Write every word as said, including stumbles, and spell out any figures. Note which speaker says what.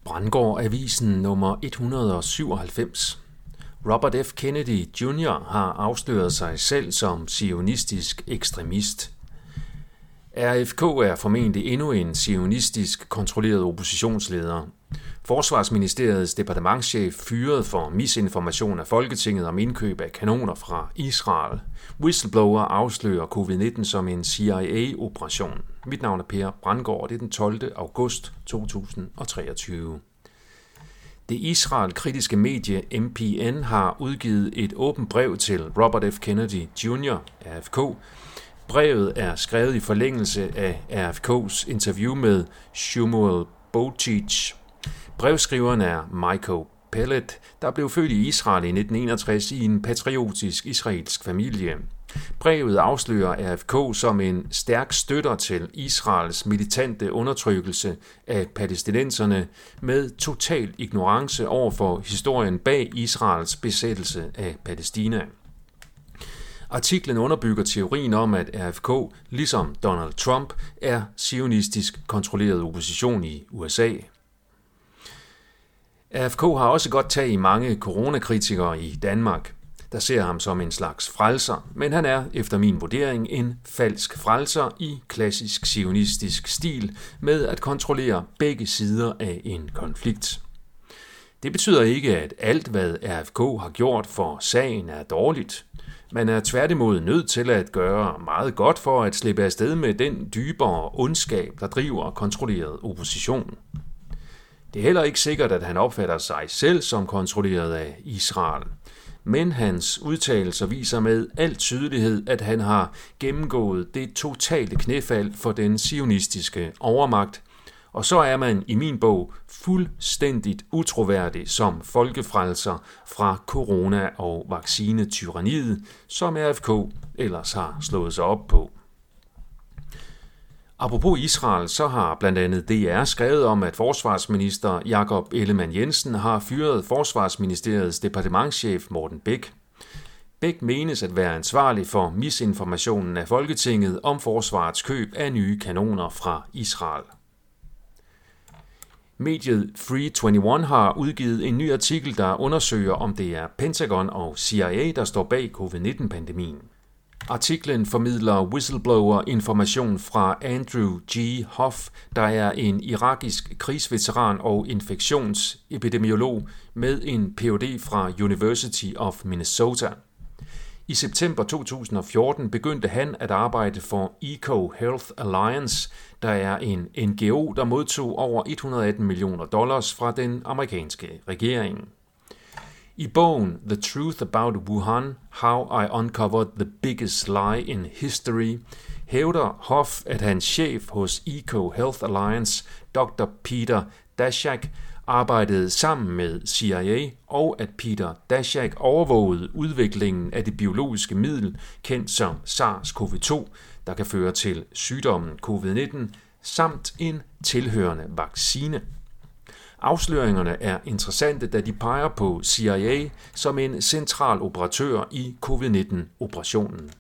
Speaker 1: Brandgård Avisen nummer et hundrede og syvoghalvfems. Robert F. Kennedy junior har afsløret sig selv som zionistisk ekstremist. R F K er formentlig endnu en zionistisk kontrolleret oppositionsleder. Forsvarsministeriets departementschef fyret for misinformation af Folketinget om indkøb af kanoner fra Israel. Whistleblower afslører covid nitten som en C I A-operation. Mit navn er Per Brandgård, og det er den tolvte august to tusind og treogtyve. Det Israel-kritiske medie M P N har udgivet et åbent brev til Robert F. Kennedy junior, R F K. Brevet er skrevet i forlængelse af R F K's interview med Shmuel Boteach. Brevskriveren er Michael Pellet, der blev født i Israel i nitten enogtres i en patriotisk israelsk familie. Brevet afslører R F K som en stærk støtter til Israels militante undertrykkelse af palæstinenserne med total ignorance over for historien bag Israels besættelse af Palæstina. Artiklen underbygger teorien om, at R F K, ligesom Donald Trump, er zionistisk kontrolleret opposition i U S A. R F K har også godt tag i mange coronakritikere i Danmark, der ser ham som en slags frelser, men han er, efter min vurdering, en falsk frelser i klassisk zionistisk stil med at kontrollere begge sider af en konflikt. Det betyder ikke, at alt, hvad R F K har gjort for sagen, er dårligt. Man er tværtimod nødt til at gøre meget godt for at slippe afsted med den dybere ondskab, der driver kontrolleret opposition. Det er heller ikke sikkert, at han opfatter sig selv som kontrolleret af Israel. Men hans udtalelser viser med al tydelighed, at han har gennemgået det totale knæfald for den zionistiske overmagt, og så er man i min bog fuldstændigt utroværdig som folkefrelser fra corona- og vaccinetyranniet, som R F K ellers har slået sig op på. Apropos Israel, så har blandt andet D R skrevet om, at forsvarsminister Jakob Ellemann-Jensen har fyret Forsvarsministeriets departementschef Morten Bæk. Bæk menes at være ansvarlig for misinformationen af Folketinget om forsvarets køb af nye kanoner fra Israel. Mediet Free enogtyve har udgivet en ny artikel, der undersøger, om det er Pentagon og C I A, der står bag covid nitten-pandemien. Artiklen formidler whistleblower-information fra Andrew G. Huff, der er en irakisk krigsveteran og infektionsepidemiolog med en P H D fra University of Minnesota. I september to tusind og fjorten begyndte han at arbejde for Eco Health Alliance, der er en N G O, der modtog over et hundrede og atten millioner dollars fra den amerikanske regering. I bogen The Truth About Wuhan, How I Uncovered the Biggest Lie in History, hævder Huff, at hans chef hos Eco Health Alliance, doktor Peter Daszak, arbejdede sammen med C I A, og at Peter Daszak overvågede udviklingen af det biologiske middel, kendt som SARS-CoV to, der kan føre til sygdommen covid nitten, samt en tilhørende vaccine. Afsløringerne er interessante, da de peger på C I A som en central operatør i covid nitten-operationen.